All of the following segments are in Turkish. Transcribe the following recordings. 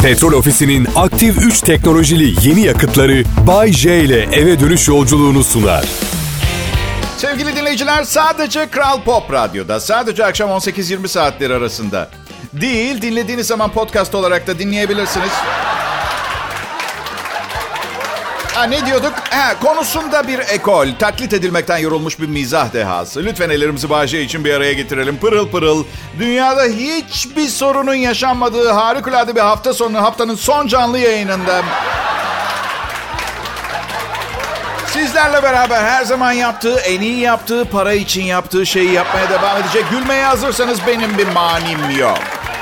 Petrol Ofisi'nin aktif 3 teknolojili yeni yakıtları Bay J ile eve dönüş yolculuğunu sunar. Sevgili dinleyiciler, sadece Kral Pop Radyo'da, sadece akşam 18-20 saatleri arasında değil, dinlediğiniz zaman podcast olarak da dinleyebilirsiniz. Ne diyorduk? Konusunda bir ekol, taklit edilmekten yorulmuş bir mizah dehası. Lütfen ellerimizi Bay J için bir araya getirelim. Pırıl pırıl, dünyada hiçbir sorunun yaşanmadığı harikulade bir hafta sonu, haftanın son canlı yayınında sizlerle beraber her zaman yaptığı, en iyi yaptığı, para için yaptığı şeyi yapmaya devam edecek. Gülmeye hazırsanız benim bir manim yok.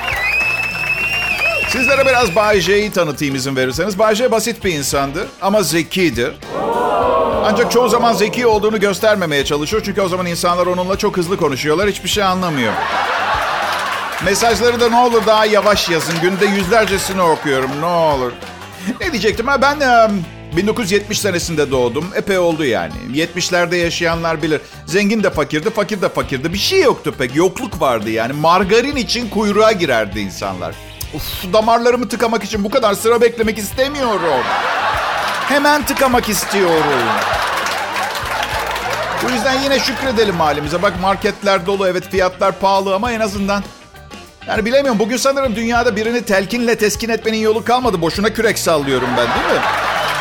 Sizlere biraz Bay J'yi tanıtayım izin verirseniz. Bay J basit bir insandır ama zekidir. Ancak çoğu zaman zeki olduğunu göstermemeye çalışıyor. Çünkü o zaman insanlar onunla çok hızlı konuşuyorlar. Hiçbir şey anlamıyor. Mesajları da ne olur daha yavaş yazın. Günde yüzlercesini okuyorum, ne olur. Ne diyecektim? Ben 1970 senesinde doğdum. Epey oldu yani. 70'lerde yaşayanlar bilir. Zengin de fakirdi, fakir de fakirdi. Bir şey yoktu pek. Yokluk vardı yani. Margarin için kuyruğa girerdi insanlar. Uf, damarlarımı tıkamak için bu kadar sıra beklemek istemiyorum. Hemen tıkamak istiyorum. Bu yüzden yine şükredelim halimize. Bak marketler dolu, evet fiyatlar pahalı ama en azından... Yani bilemiyorum, bugün sanırım dünyada birini telkinle teskin etmenin yolu kalmadı. Boşuna kürek sallıyorum ben, değil mi?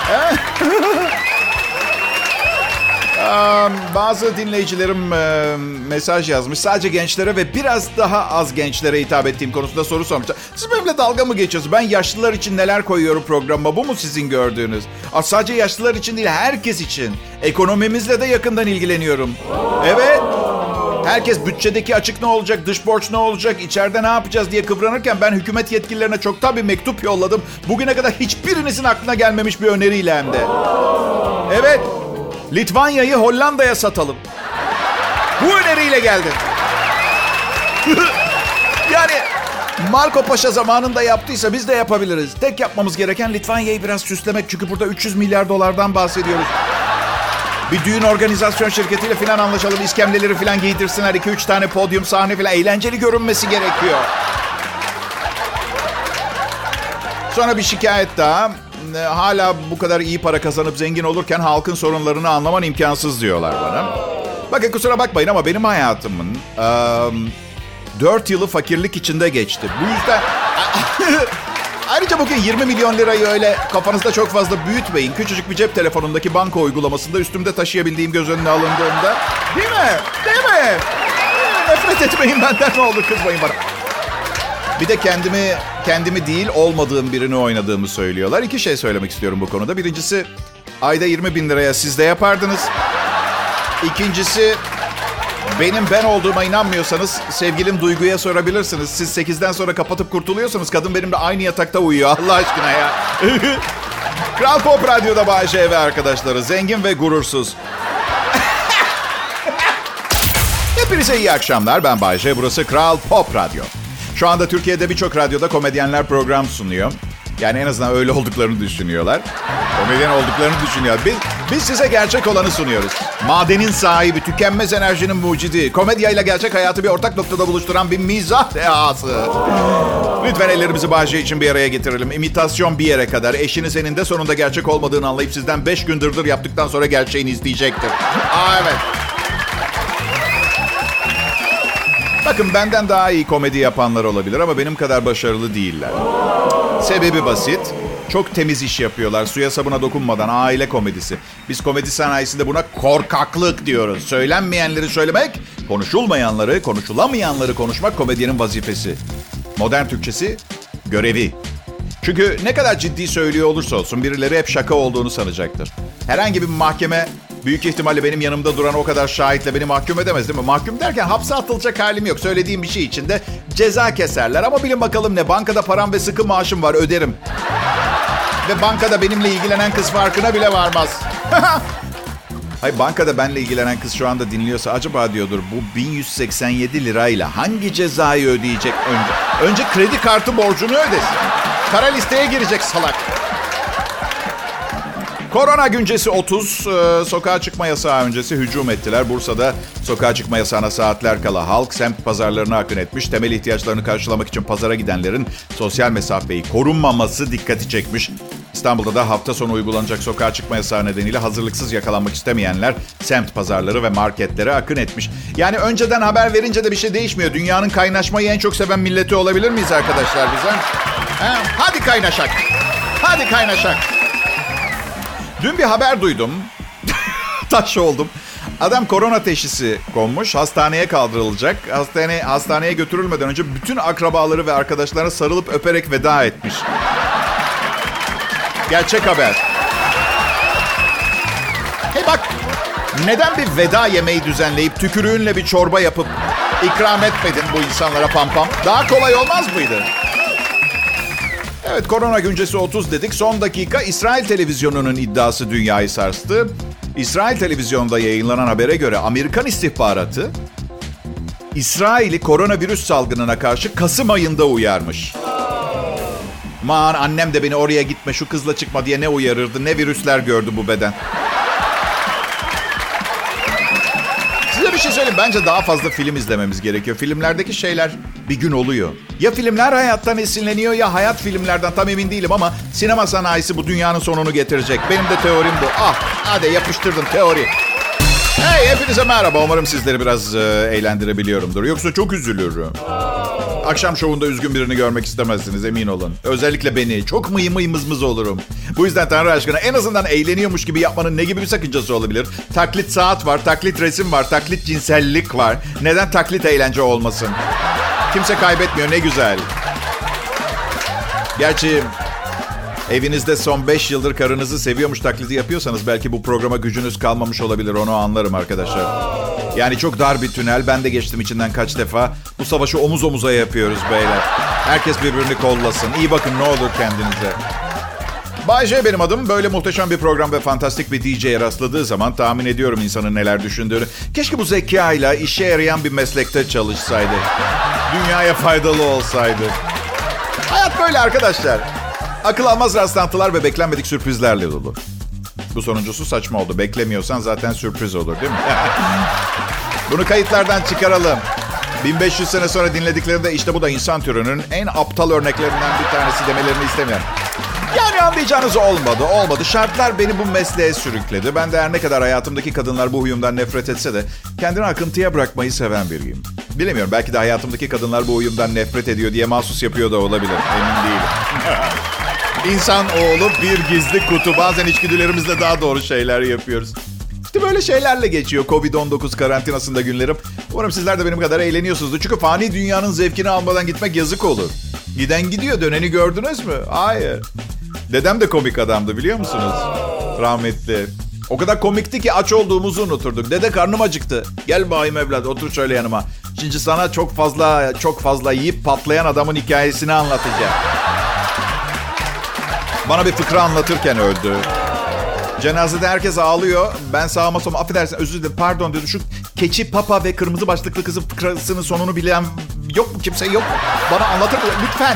Bazı dinleyicilerim mesaj yazmış. Sadece gençlere ve biraz daha az gençlere hitap ettiğim konusunda soru sormuşlar. Siz benimle dalga mı geçiyorsunuz? Ben yaşlılar için neler koyuyorum programa. Bu mu sizin gördüğünüz? Sadece yaşlılar için değil, herkes için. Ekonomimizle de yakından ilgileniyorum. Evet. Herkes bütçedeki açık ne olacak, dış borç ne olacak, içeride ne yapacağız diye kıvranırken ben hükümet yetkililerine çoktan bir mektup yolladım. Bugüne kadar hiçbirinizin aklına gelmemiş bir öneriyle hem de. Evet. Litvanya'yı Hollanda'ya satalım. Bu öneriyle geldi. Yani Marco Paşa zamanında yaptıysa biz de yapabiliriz. Tek yapmamız gereken Litvanya'yı biraz süslemek. Çünkü burada 300 milyar dolardan bahsediyoruz. Bir düğün organizasyon şirketiyle falan anlaşalım. İskemleleri falan giydirsinler. 2-3 tane podyum, sahne falan. Eğlenceli görünmesi gerekiyor. Sonra bir şikayet daha. Hala bu kadar iyi para kazanıp zengin olurken halkın sorunlarını anlaman imkansız diyorlar bana. Bakın kusura bakmayın ama benim hayatımın 4 yılı fakirlik içinde geçti. Bu yüzden... Ayrıca bugün 20 milyon lirayı öyle kafanızda çok fazla büyütmeyin. Küçücük bir cep telefonundaki banka uygulamasında üstümde taşıyabildiğim göz önüne alındığında. Değil mi? Değil mi? Nefret etmeyin benden, ne olur kızmayın bana. Bir de kendimi değil olmadığım birini oynadığımı söylüyorlar. 2 şey söylemek istiyorum bu konuda. Birincisi, ayda 20 bin liraya siz de yapardınız. İkincisi, benim ben olduğuma inanmıyorsanız sevgilim Duygu'ya sorabilirsiniz. Siz 8'den sonra kapatıp kurtuluyorsanız kadın benimle aynı yatakta uyuyor Allah aşkına ya. Kral Pop Radyo'da Bay J ve arkadaşları, zengin ve gurursuz. Hepinize iyi akşamlar, ben Bay J, burası Kral Pop Radyo. Şu anda Türkiye'de birçok radyoda komedyenler program sunuyor. Yani en azından öyle olduklarını düşünüyorlar. Komedyen olduklarını düşünüyor. Biz size gerçek olanı sunuyoruz. Madenin sahibi, tükenmez enerjinin mucidi, komedyayla gerçek hayatı bir ortak noktada buluşturan bir mizah dehası. Lütfen ellerimizi Bay J için bir araya getirelim. İmitasyon bir yere kadar. Eşiniz eninde sonunda gerçek olmadığını anlayıp sizden 5 gün dırdır yaptıktan sonra gerçeğini izleyecektir. Evet. Bakın, benden daha iyi komedi yapanlar olabilir ama benim kadar başarılı değiller. Sebebi basit. Çok temiz iş yapıyorlar. Suya sabuna dokunmadan. Aile komedisi. Biz komedi sanayisinde buna korkaklık diyoruz. Söylenmeyenleri söylemek, konuşulmayanları, konuşulamayanları konuşmak komedyenin vazifesi. Modern Türkçesi, görevi. Çünkü ne kadar ciddi söylüyor olursa olsun birileri hep şaka olduğunu sanacaktır. Herhangi bir mahkeme büyük ihtimalle benim yanımda duran o kadar şahitle beni mahkum edemez, değil mi? Mahkum derken hapse atılacak halim yok. Söylediğim bir şey için de ceza keserler. Ama bilin bakalım ne? Bankada param ve sıkı maaşım var, öderim. Ve bankada benimle ilgilenen kız farkına bile varmaz. Hayır, bankada benimle ilgilenen kız şu anda dinliyorsa acaba diyordur, bu 1187 lirayla hangi cezayı ödeyecek önce? Önce kredi kartı borcunu ödesin. Kara listeye girecek salak. Korona güncesi 30. Sokağa çıkma yasağı öncesi hücum ettiler. Bursa'da sokağa çıkma yasağına saatler kala halk semt pazarlarına akın etmiş. Temel ihtiyaçlarını karşılamak için pazara gidenlerin sosyal mesafeyi korunmaması dikkati çekmiş. İstanbul'da da hafta sonu uygulanacak sokağa çıkma yasağı nedeniyle hazırlıksız yakalanmak istemeyenler semt pazarları ve marketlere akın etmiş. Yani önceden haber verince de bir şey değişmiyor. Dünyanın kaynaşmayı en çok seven milleti olabilir miyiz arkadaşlar bize? Hadi kaynaşak. Hadi kaynaşak. Dün bir haber duydum. Taş oldum. Adam korona teşhisi konmuş. Hastaneye kaldırılacak. Hastaneye götürülmeden önce bütün akrabaları ve arkadaşlarına sarılıp öperek veda etmiş. Gerçek haber. Hey bak, neden bir veda yemeği düzenleyip tükürüğünle bir çorba yapıp ikram etmedin bu insanlara pampam? Daha kolay olmaz mıydı? Evet, korona güncesi 30 dedik. Son dakika İsrail televizyonunun iddiası dünyayı sarstı. İsrail televizyonda yayınlanan habere göre Amerikan istihbaratı İsrail'i koronavirüs salgınına karşı Kasım ayında uyarmış. Aman annem de beni oraya gitme, şu kızla çıkma diye ne uyarırdı, ne virüsler gördü bu beden. Size bir şey söyleyeyim. Bence daha fazla film izlememiz gerekiyor. Filmlerdeki şeyler bir gün oluyor. Ya filmler hayattan esinleniyor ya hayat filmlerden, tam emin değilim ama sinema sanayisi bu dünyanın sonunu getirecek. Benim de teorim bu. Hadi yapıştırdım teori. Hey, hepinize merhaba. Umarım sizleri biraz eğlendirebiliyorumdur. Yoksa çok üzülürüm. Akşam şovunda üzgün birini görmek istemezsiniz, emin olun. Özellikle beni. Çok mızmız olurum. Bu yüzden Tanrı aşkına en azından eğleniyormuş gibi yapmanın ne gibi bir sakıncası olabilir? Taklit saat var, taklit resim var, taklit cinsellik var. Neden taklit eğlence olmasın? Kimse kaybetmiyor, ne güzel. Gerçi evinizde son 5 yıldır karınızı seviyormuş taklidi yapıyorsanız belki bu programa gücünüz kalmamış olabilir, onu anlarım arkadaşlar. Yani çok dar bir tünel, ben de geçtim içinden kaç defa. Bu savaşı omuz omuza yapıyoruz beyler. Herkes birbirini kollasın. İyi bakın ne olur kendinize. Bay J benim adım. Böyle muhteşem bir program ve fantastik bir DJ'ye rastladığı zaman tahmin ediyorum insanın neler düşündüğünü. Keşke bu zekayla işe yarayan bir meslekte çalışsaydı. Dünyaya faydalı olsaydı. Hayat böyle arkadaşlar. Akıl almaz rastlantılar ve beklenmedik sürprizlerle dolu. Bu sonuncusu saçma oldu. Beklemiyorsan zaten sürpriz olur değil mi? Bunu kayıtlardan çıkaralım. 1500 sene sonra dinlediklerinde işte bu da insan türünün en aptal örneklerinden bir tanesi demelerini istemiyorum. Yani anlayacağınız olmadı. Şartlar beni bu mesleğe sürükledi. Ben de her ne kadar hayatımdaki kadınlar bu huyumdan nefret etse de kendini akıntıya bırakmayı seven biriyim. Bilemiyorum, belki de hayatımdaki kadınlar bu huyumdan nefret ediyor diye mahsus yapıyor da olabilir. Emin değilim. İnsan oğlu bir gizli kutu. Bazen içgüdülerimizle daha doğru şeyler yapıyoruz. İşte böyle şeylerle geçiyor Covid-19 karantinasında günlerim. Umarım sizler de benim kadar eğleniyorsunuzdur. Çünkü fani dünyanın zevkini almadan gitmek yazık olur. Giden gidiyor, döneni gördünüz mü? Hayır. Dedem de komik adamdı, biliyor musunuz? Rahmetli. O kadar komikti ki aç olduğumuzu unuturduk. Dede, karnım acıktı. Gel bayım evlat, otur şöyle yanıma. Şimdi sana çok fazla yiyip patlayan adamın hikayesini anlatacağım. Bana bir fıkra anlatırken öldü. Cenazede herkes ağlıyor. Ben sağıma soluma, affedersin, özür dilerim, pardon dedim. Şu keçi, papa ve kırmızı başlıklı kızın fıkrasının sonunu bilen yok mu? Kimse yok mu? Bana anlatır mı? Lütfen.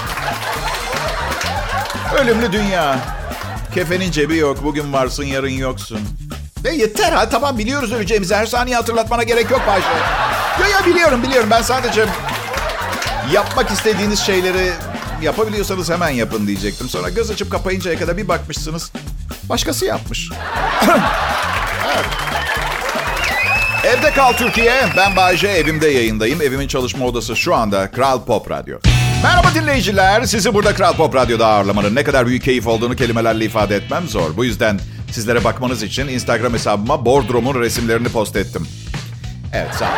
Ölümlü dünya. Kefenin cebi yok. Bugün varsın, yarın yoksun. Yeter ha, tamam, biliyoruz öleceğimizi. Her saniye hatırlatmana gerek yok Bayşe. Ya biliyorum. Ben sadece yapmak istediğiniz şeyleri yapabiliyorsanız hemen yapın diyecektim. Sonra göz açıp kapayıncaya kadar bir bakmışsınız, başkası yapmış. Evet. Evde Kal Türkiye. Ben Bayce, evimde yayındayım. Evimin çalışma odası şu anda Kral Pop Radyo. Merhaba dinleyiciler. Sizi burada Kral Pop Radyo'da ağırlamanın ne kadar büyük keyif olduğunu kelimelerle ifade etmem zor. Bu yüzden sizlere bakmanız için Instagram hesabıma Bordrom'un resimlerini post ettim. Evet, sağ olun.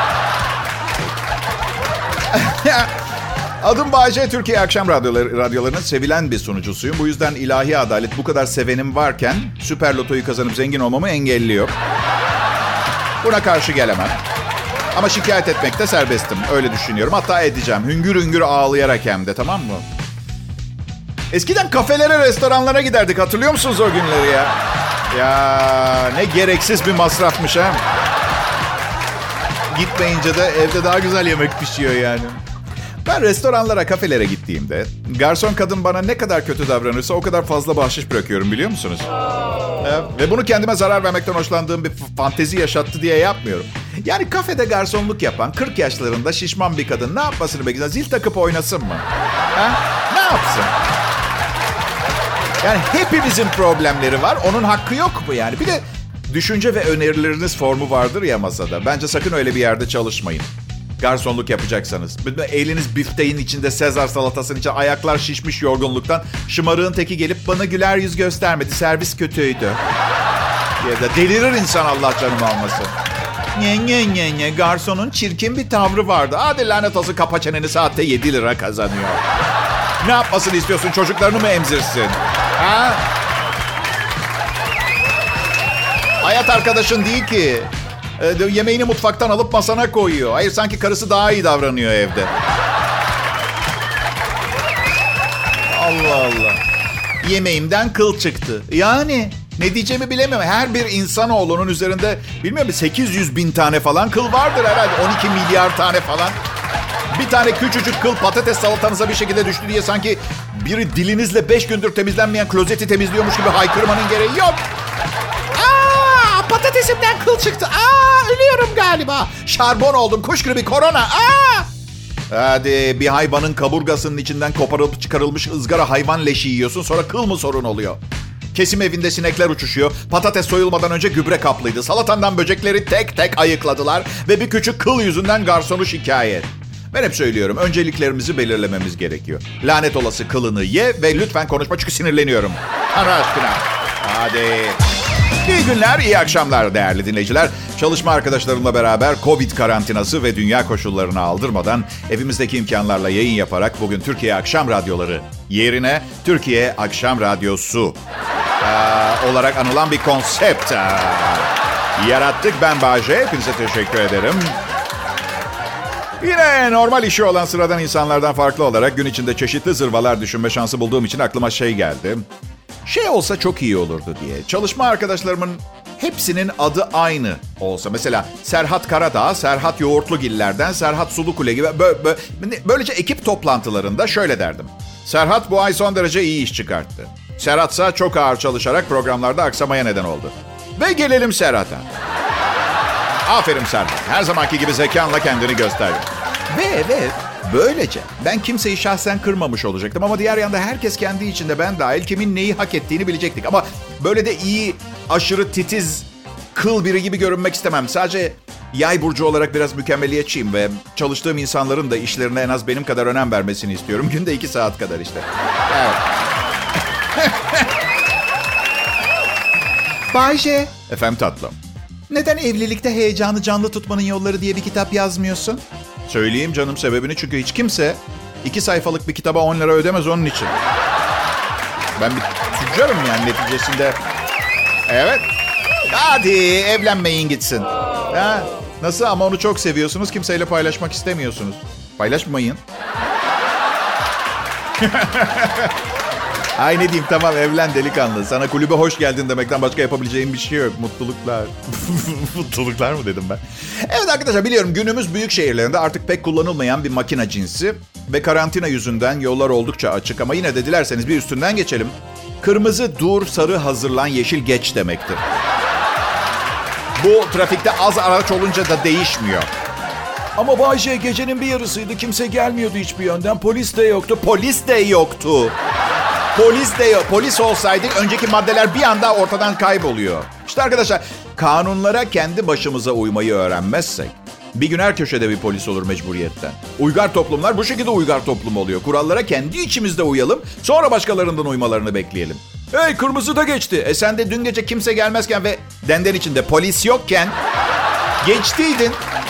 Adım Bayce, Türkiye akşam radyolarının sevilen bir sunucusuyum. Bu yüzden ilahi adalet bu kadar sevenim varken Süper Loto'yu kazanıp zengin olmamı engelliyor. Buna karşı gelemem. Ama şikayet etmekte serbestim. Öyle düşünüyorum. Hatta edeceğim. Hüngür hüngür ağlayarak hem de, tamam mı? Eskiden kafelere, restoranlara giderdik. Hatırlıyor musunuz o günleri ya? Ya ne gereksiz bir masrafmış ha. Gitmeyince de evde daha güzel yemek pişiyor yani. Ben restoranlara, kafelere gittiğimde garson kadın bana ne kadar kötü davranırsa o kadar fazla bahşiş bırakıyorum, biliyor musunuz? Ve bunu kendime zarar vermekten hoşlandığım bir fantezi yaşattı diye yapmıyorum. Yani kafede garsonluk yapan 40 yaşlarında şişman bir kadın ne yapmasını bekliyor? Zil takıp oynasın mı? Ne yapsın? Yani hepimizin problemleri var. Onun hakkı yok mu yani? Bir de düşünce ve önerileriniz formu vardır ya masada. Bence sakın öyle bir yerde çalışmayın. Garsonluk yapacaksanız. Eliniz bifteğin içinde, Sezar salatasının içinde, ayaklar şişmiş yorgunluktan. Şımarığın teki gelip bana güler yüz göstermedi, servis kötüydü. Ya da delirir insan, Allah canımı almasın. Ne, garsonun çirkin bir tavrı vardı. Hadi lanet olsun, kapa çeneni, saatte 7 lira kazanıyor. Ne yapmasını istiyorsun, çocuklarını mı emzirsin? Ha? Hayat arkadaşın değil ki. Yemeğini mutfaktan alıp masana koyuyor. Hayır, sanki karısı daha iyi davranıyor evde. Allah Allah. Yemeğimden kıl çıktı. Yani ne diyeceğimi bilemiyorum. Her bir insanoğlunun üzerinde bilmiyorum 800 bin tane falan kıl vardır herhalde. 12 milyar tane falan. Bir tane küçücük kıl patates salatanıza bir şekilde düştü diye sanki biri dilinizle 5 gündür temizlenmeyen klozeti temizliyormuş gibi haykırmanın gereği yok. Patatesimden kıl çıktı. Ölüyorum galiba. Şarbon oldum. Kuş gribi, korona. Hadi, bir hayvanın kaburgasının içinden koparılıp çıkarılmış ızgara hayvan leşi yiyorsun. Sonra kıl mı sorun oluyor? Kesim evinde sinekler uçuşuyor. Patates soyulmadan önce gübre kaplıydı. Salatandan böcekleri tek tek ayıkladılar. Ve bir küçük kıl yüzünden garsonu şikayet. Ben hep söylüyorum, önceliklerimizi belirlememiz gerekiyor. Lanet olası kılını ye ve lütfen konuşma çünkü sinirleniyorum. Tanrı aşkına. Hadi. İyi günler, iyi akşamlar değerli dinleyiciler. Çalışma arkadaşlarımla beraber Covid karantinası ve dünya koşullarına aldırmadan evimizdeki imkanlarla yayın yaparak bugün Türkiye Akşam Radyoları yerine Türkiye Akşam Radyosu olarak anılan bir konsept yarattık. Ben Bahçe, hepinize teşekkür ederim. Yine normal işi olan sıradan insanlardan farklı olarak gün içinde çeşitli zırvalar düşünme şansı bulduğum için aklıma şey geldi. Şey olsa çok iyi olurdu diye. Çalışma arkadaşlarımın hepsinin adı aynı olsa. Mesela Serhat Karadağ, Serhat Yoğurtlugiller'den Serhat Sulukule gibi. Böylece ekip toplantılarında şöyle derdim. Serhat bu ay son derece iyi iş çıkarttı. Serhatsa çok ağır çalışarak programlarda aksamaya neden oldu. Ve gelelim Serhat'a. Aferin Serhat. Her zamanki gibi zekanla kendini gösterdin. Ve böylece ben kimseyi şahsen kırmamış olacaktım. Ama diğer yanda herkes kendi içinde, ben dahil, kimin neyi hak ettiğini bilecektik. Ama böyle de iyi, aşırı titiz, kıl biri gibi görünmek istemem. Sadece yay burcu olarak biraz mükemmeliyetçiyim ve çalıştığım insanların da işlerine en az benim kadar önem vermesini istiyorum. Günde 2 saat kadar işte. Evet. Bayce. Efendim tatlım. Neden evlilikte heyecanı canlı tutmanın yolları diye bir kitap yazmıyorsun? Söyleyeyim canım sebebini, çünkü hiç kimse 2 sayfalık bir kitaba 10 lira ödemez onun için. Ben bir tüccarım yani neticesinde. Evet. Hadi evlenmeyin gitsin. Ha, nasıl ama onu çok seviyorsunuz, kimseyle paylaşmak istemiyorsunuz. Paylaşmayın. Ay ne diyeyim, tamam evlen delikanlı. Sana kulübe hoş geldin demekten başka yapabileceğim bir şey yok. Mutluluklar. Mutluluklar mı dedim ben? Evet arkadaşlar, biliyorum günümüz büyük şehirlerinde artık pek kullanılmayan bir makine cinsi. Ve karantina yüzünden yollar oldukça açık. Ama yine de dilerseniz bir üstünden geçelim. Kırmızı dur, sarı hazırlan, yeşil geç demektir. Bu trafikte az araç olunca da değişmiyor. Ama Bayce gecenin bir yarısıydı. Kimse gelmiyordu hiçbir yönden. Polis de yoktu. Polis de yoktu. Polis de yok. Polis olsaydı önceki maddeler bir anda ortadan kayboluyor. İşte arkadaşlar, kanunlara kendi başımıza uymayı öğrenmezsek bir gün her köşede bir polis olur mecburiyetten. Uygar toplumlar bu şekilde uygar toplum oluyor. Kurallara kendi içimizde uyalım, sonra başkalarından uymalarını bekleyelim. Hey, kırmızı da geçti. Sen de dün gece kimse gelmezken ve denden içinde polis yokken geçtiydin.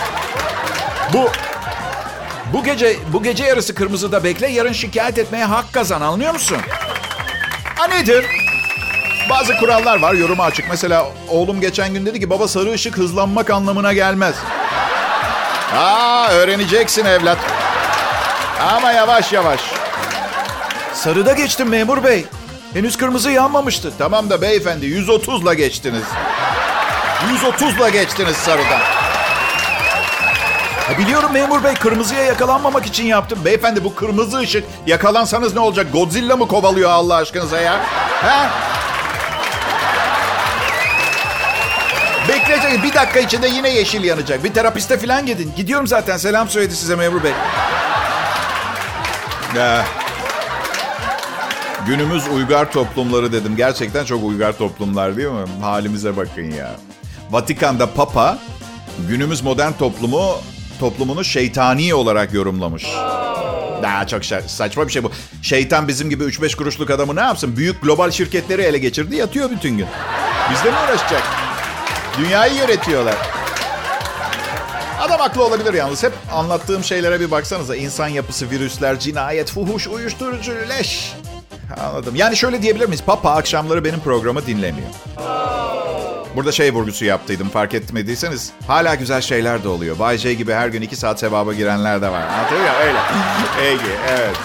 Bu gece yarısı kırmızıda bekle, yarın şikayet etmeye hak kazan, anlıyor musun? Ha nedir? Bazı kurallar var, yoruma açık. Mesela oğlum geçen gün dedi ki baba, sarı ışık hızlanmak anlamına gelmez. Öğreneceksin evlat. Ama yavaş yavaş. Sarıda geçtim memur bey. Henüz kırmızı yanmamıştı. Tamam da beyefendi, 130'la geçtiniz. 130'la geçtiniz sarıdan. Biliyorum memur bey, kırmızıya yakalanmamak için yaptım. Beyefendi, bu kırmızı ışık. Yakalansanız ne olacak? Godzilla mı kovalıyor Allah aşkınıza ya? Ha? Bekleyecek. Bir dakika içinde yine yeşil yanacak. Bir terapiste falan gidin. Gidiyorum zaten. Selam söyledi size memur bey. Günümüz uygar toplumları dedim. Gerçekten çok uygar toplumlar değil mi? Halimize bakın ya. Vatikan'da Papa günümüz modern toplumunu şeytani olarak yorumlamış. Daha çok saçma bir şey bu. Şeytan bizim gibi 3-5 kuruşluk adamı ne yapsın? Büyük global şirketleri ele geçirdi, yatıyor bütün gün. Bizle mi uğraşacak? Dünyayı yönetiyorlar. Adam haklı olabilir yalnız. Hep anlattığım şeylere bir baksanıza. İnsan yapısı, virüsler, cinayet, fuhuş, uyuşturucu, leş. Anladım. Yani şöyle diyebilir miyiz? Papa akşamları benim programı dinlemiyor. Burada vurgusu yaptıydım, fark etmediyseniz. Hala güzel şeyler de oluyor. Bay J gibi her gün 2 saat sevaba girenler de var. Anlatıyor ya, öyle. Peki, evet.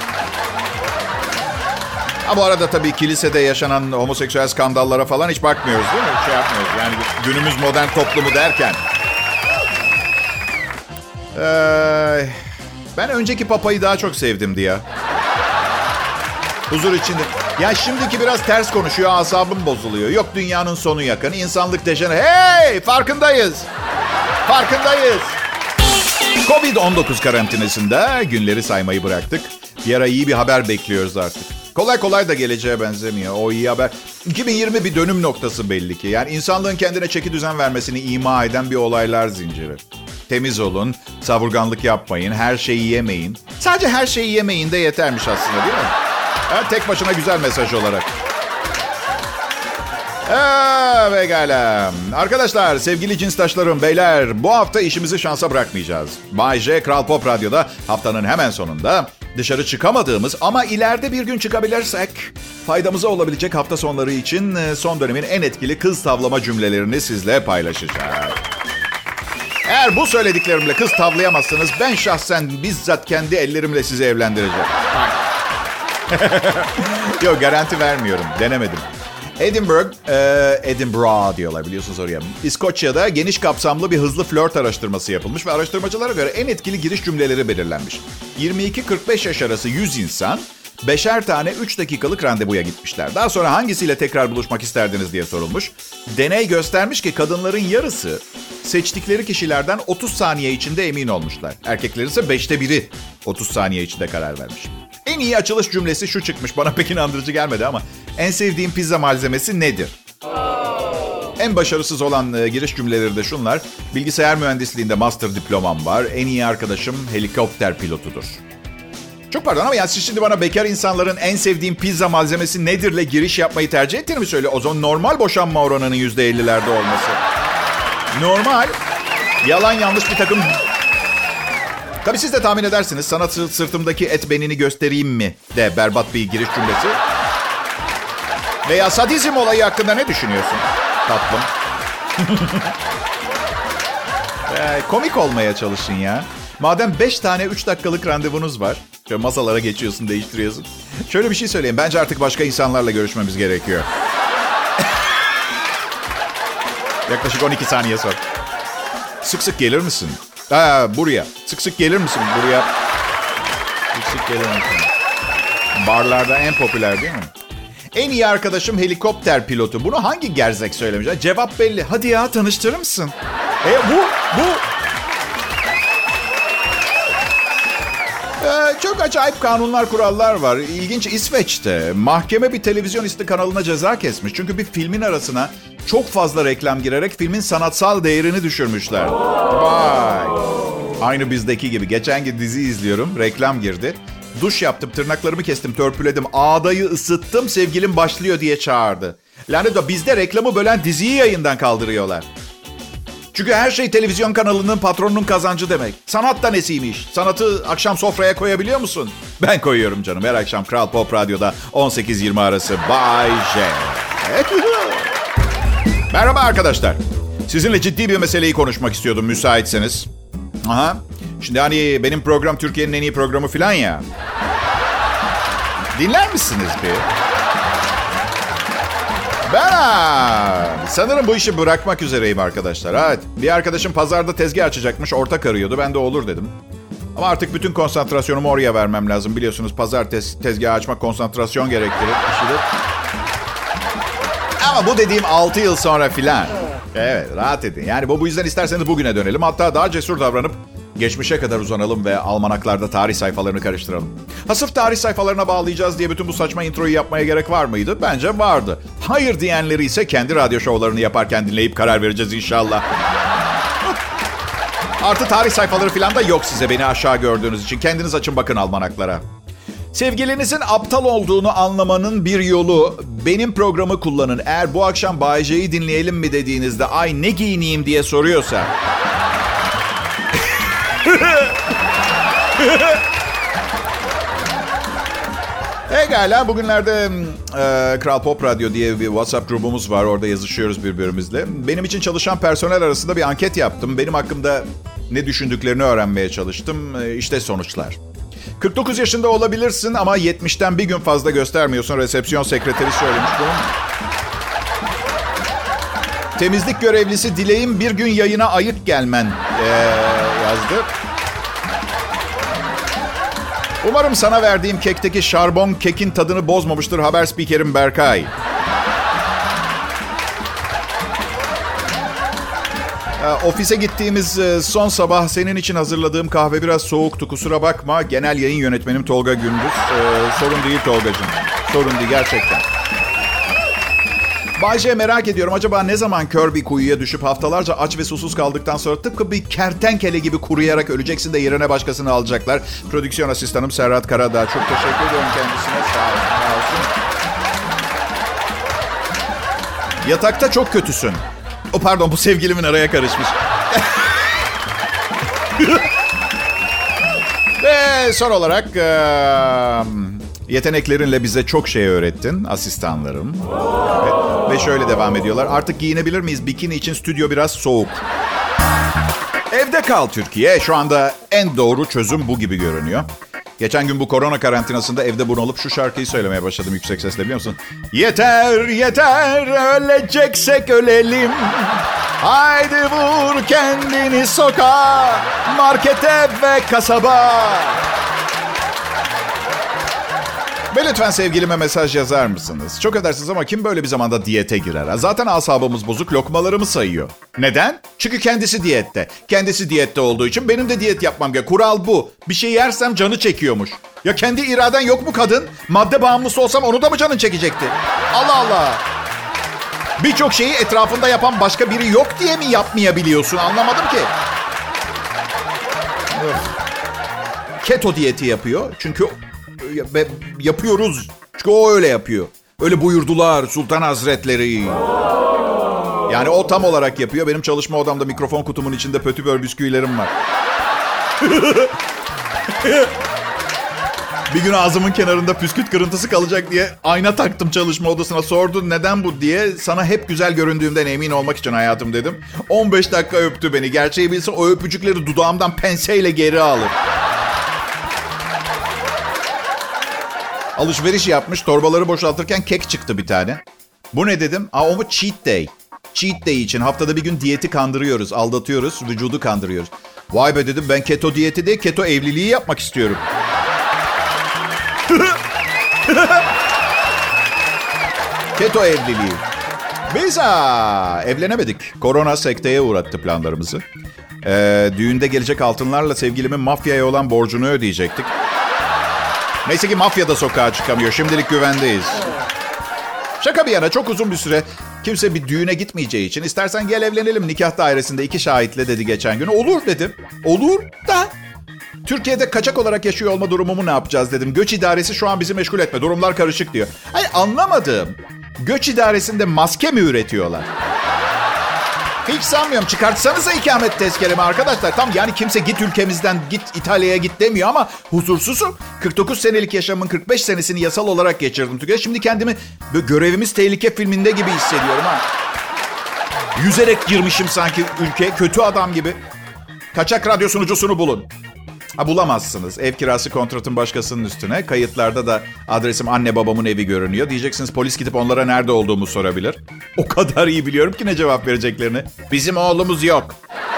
Ha, bu arada tabii kilisede yaşanan homoseksüel skandallara falan hiç bakmıyoruz değil mi? Yapmıyoruz. Yani günümüz modern toplumu derken. Ben önceki papayı daha çok sevdimdi ya. Huzur içinde. Ya şimdiki biraz ters konuşuyor, asabım bozuluyor. Yok dünyanın sonu yakın, insanlık dejenere. Hey, farkındayız. Farkındayız. Covid-19 karantinasında günleri saymayı bıraktık. Bir ara iyi bir haber bekliyoruz artık. Kolay kolay da geleceğe benzemiyor. O iyi haber. 2020 bir dönüm noktası belli ki. Yani insanlığın kendine çeki düzen vermesini ima eden bir olaylar zinciri. Temiz olun, savurganlık yapmayın, her şeyi yemeyin. Sadece her şeyi yemeyin de yetermiş aslında değil mi? Ha, tek başına güzel mesaj olarak. Pekala. Arkadaşlar, sevgili cinstaşlarım, beyler, bu hafta işimizi şansa bırakmayacağız. Bay J, Kral Pop Radyo'da haftanın hemen sonunda dışarı çıkamadığımız ama ileride bir gün çıkabilirsek faydamıza olabilecek hafta sonları için son dönemin en etkili kız tavlama cümlelerini sizle paylaşacağım. Eğer bu söylediklerimle kız tavlayamazsanız ben şahsen bizzat kendi ellerimle sizi evlendireceğim. Yok, garanti vermiyorum. Denemedim. Edinburgh diyorlar biliyorsunuz oraya. İskoçya'da geniş kapsamlı bir hızlı flört araştırması yapılmış ve araştırmacılara göre en etkili giriş cümleleri belirlenmiş. 22-45 yaş arası 100 insan 5'er tane 3 dakikalık randevuya gitmişler. Daha sonra hangisiyle tekrar buluşmak isterdiniz diye sorulmuş. Deney göstermiş ki kadınların yarısı seçtikleri kişilerden 30 saniye içinde emin olmuşlar. Erkeklerin ise 5'te biri 30 saniye içinde karar vermiş. En iyi açılış cümlesi şu çıkmış. Bana pek inandırıcı gelmedi ama. En sevdiğim pizza malzemesi nedir? En başarısız olan giriş cümleleri de şunlar. Bilgisayar mühendisliğinde master diplomam var. En iyi arkadaşım helikopter pilotudur. Çok pardon ama siz şimdi bana bekar insanların en sevdiğim pizza malzemesi nedirle giriş yapmayı tercih ettiğini mi söyle? O zaman normal boşanma oranının %50'lerde olması. Normal. Yalan yanlış bir takım... Tabii siz de tahmin edersiniz. Sana sırtımdaki et benini göstereyim mi de berbat bir giriş cümlesi. Veya sadizm olayı hakkında ne düşünüyorsun tatlım? Komik olmaya çalışın ya. Madem 5 tane 3 dakikalık randevunuz var. Şöyle masalara geçiyorsun, değiştiriyorsun. Şöyle bir şey söyleyeyim. Bence artık başka insanlarla görüşmemiz gerekiyor. Yaklaşık 12 saniye sonra. Sık sık gelir misin? Buraya. Sık sık gelir misin buraya? Sık sık gelir misin? Barlarda en popüler değil mi? En iyi arkadaşım helikopter pilotu. Bunu hangi gerzek söylemiş? Cevap belli. Hadi ya, tanıştırır mısın? Bu. Çok acayip kanunlar, kurallar var. İlginç, İsveç'te mahkeme bir televizyon kanalına ceza kesmiş. Çünkü bir filmin arasına çok fazla reklam girerek filmin sanatsal değerini düşürmüşler. Vay. Aynı bizdeki gibi. Geçen gün dizi izliyorum. Reklam girdi. Duş yaptım, tırnaklarımı kestim, törpüledim. Ağdayı ısıttım, sevgilim başlıyor diye çağırdı. Lanet o, bizde reklamı bölen diziyi yayından kaldırıyorlar. Çünkü her şey televizyon kanalının patronunun kazancı demek. Sanat da nesiymiş? Sanatı akşam sofraya koyabiliyor musun? Ben koyuyorum canım. Her akşam Kral Pop Radyo'da 18-20 arası Bay J. Merhaba arkadaşlar. Sizinle ciddi bir meseleyi konuşmak istiyordum müsaitseniz. Aha. Şimdi hani benim program Türkiye'nin en iyi programı falan ya. Dinler misiniz bir? Sanırım bu işi bırakmak üzereyim arkadaşlar. Evet, bir arkadaşım pazarda tezgah açacakmış. Ortak arıyordu. Ben de olur dedim. Ama artık bütün konsantrasyonumu oraya vermem lazım. Biliyorsunuz pazar tezgahı açmak konsantrasyon gerektirir. Ama bu dediğim 6 yıl sonra filan. Evet, rahat edin. Yani bu yüzden isterseniz bugüne dönelim. Hatta daha cesur davranıp geçmişe kadar uzanalım ve almanaklarda tarih sayfalarını karıştıralım. Sırf tarih sayfalarına bağlayacağız diye bütün bu saçma introyu yapmaya gerek var mıydı? Bence vardı. Hayır diyenleri ise kendi radyo şovlarını yaparken dinleyip karar vereceğiz inşallah. Artı tarih sayfaları falan da yok size beni aşağı gördüğünüz için. Kendiniz açın bakın almanaklara. Sevgilinizin aptal olduğunu anlamanın bir yolu benim programı kullanın. Eğer bu akşam Bay J'yi dinleyelim mi dediğinizde ay ne giyineyim diye soruyorsa. Egala bugünlerde Kral Pop Radyo diye bir WhatsApp grubumuz var. Orada yazışıyoruz birbirimizle. Benim için çalışan personel arasında bir anket yaptım. Benim hakkımda ne düşündüklerini öğrenmeye çalıştım. İşte sonuçlar. 49 yaşında olabilirsin ama 70'ten bir gün fazla göstermiyorsun. Resepsiyon sekreteri söylemiş bunu. Temizlik görevlisi Dilek'in bir gün yayına ayıp gelmen yazdı. Umarım sana verdiğim kekteki şarbon kekin tadını bozmamıştır haber spikerim Berkay. Ofise gittiğimiz son sabah senin için hazırladığım kahve biraz soğuktu. Kusura bakma. Genel yayın yönetmenim Tolga Gündüz. Sorun değil Tolgacığım. Sorun değil gerçekten. Bay J merak ediyorum. Acaba ne zaman kör bir kuyuya düşüp haftalarca aç ve susuz kaldıktan sonra tıpkı bir kertenkele gibi kuruyarak öleceksin de yerine başkasını alacaklar. Prodüksiyon asistanım Serhat Karadağ. Çok teşekkür ediyorum kendisine. Sağ olsun. Yatakta çok kötüsün. Pardon bu sevgilimin araya karışmış. Ve son olarak yeteneklerinle bize çok şey öğrettin asistanlarım. Ve şöyle devam ediyorlar. Artık giyinebilir miyiz? Bikini için stüdyo biraz soğuk. Evde kal Türkiye. Şu anda en doğru çözüm bu gibi görünüyor. Geçen gün bu korona karantinasında evde bunalıp şu şarkıyı söylemeye başladım yüksek sesle biliyor musun? Yeter yeter öleceksek ölelim. Haydi vur kendini sokağa, markete ve kasaba. Ve lütfen sevgilime mesaj yazar mısınız? Çok edersiniz ama kim böyle bir zamanda diyete girer? Zaten asabımız bozuk, lokmalarımı sayıyor. Neden? Çünkü kendisi diyette. Kendisi diyette olduğu için benim de diyet yapmam gerekiyor. Kural bu. Bir şey yersem canı çekiyormuş. Ya kendi iraden yok mu kadın? Madde bağımlısı olsam onu da mı canın çekecekti? Allah Allah. Birçok şeyi etrafında yapan başka biri yok diye mi yapmayabiliyorsun? Anlamadım ki. Keto diyeti yapıyor. Çünkü yapıyoruz. Çünkü o öyle yapıyor. Öyle buyurdular Sultan Hazretleri. Yani o tam olarak yapıyor. Benim çalışma odamda mikrofon kutumun içinde pötibör bisküvilerim var. Bir gün ağzımın kenarında püsküt kırıntısı kalacak diye ayna taktım çalışma odasına. Sordu neden bu diye. Sana hep güzel göründüğümden emin olmak için hayatım dedim. 15 dakika öptü beni. Gerçeği bilse o öpücükleri dudağımdan penseyle geri alır. Alışveriş yapmış. Torbaları boşaltırken kek çıktı bir tane. Bu ne dedim? O mu cheat day. Cheat day için haftada bir gün diyeti kandırıyoruz. Aldatıyoruz. Vücudu kandırıyoruz. Vay be dedim ben keto diyeti değil keto evliliği yapmak istiyorum. Keto evliliği. Biz evlenemedik. Korona sekteye uğrattı planlarımızı. Düğünde gelecek altınlarla sevgilimin mafyaya olan borcunu ödeyecektik. Neyse ki mafya da sokağa çıkamıyor. Şimdilik güvendeyiz. Şaka bir yana çok uzun bir süre kimse bir düğüne gitmeyeceği için istersen gel evlenelim nikah dairesinde 2 şahitle dedi geçen gün. Olur dedim. Olur da Türkiye'de kaçak olarak yaşıyor olma durumumu ne yapacağız dedim. Göç idaresi şu an bizi meşgul etme. Durumlar karışık diyor. Hayır anlamadım. Göç idaresinde maske mi üretiyorlar? Hiç sanmıyorum. Çıkartsanıza ikamet tezkeremi arkadaşlar. Tam yani kimse git ülkemizden git İtalya'ya git demiyor ama huzursuzum. 49 senelik yaşamın 45 senesini yasal olarak geçirdim Türkiye'de. Şimdi kendimi böyle Görevimiz Tehlike filminde gibi hissediyorum ha. Yüzerek girmişim sanki ülke. Kötü adam gibi. Kaçak radyo sunucusunu bulun. Bulamazsınız. Ev kirası kontratın başkasının üstüne. Kayıtlarda da adresim anne babamın evi görünüyor. Diyeceksiniz polis gidip onlara nerede olduğumu sorabilir. O kadar iyi biliyorum ki ne cevap vereceklerini. Bizim oğlumuz yok.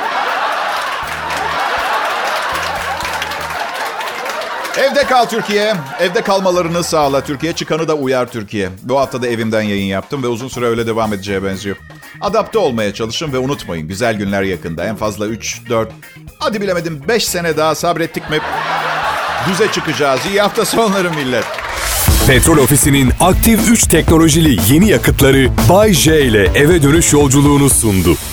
Evde kal Türkiye. Evde kalmalarını sağla Türkiye. Çıkanı da uyar Türkiye. Bu hafta da evimden yayın yaptım ve uzun süre öyle devam edeceğe benziyor. Adapte olmaya çalışın ve unutmayın. Güzel günler yakında. En fazla 3, 4, hadi bilemedim 5 sene daha sabrettik mi düze çıkacağız. İyi hafta sonları millet. Petrol Ofisi'nin aktif 3 teknolojili yeni yakıtları Bay J ile eve dönüş yolculuğunu sundu.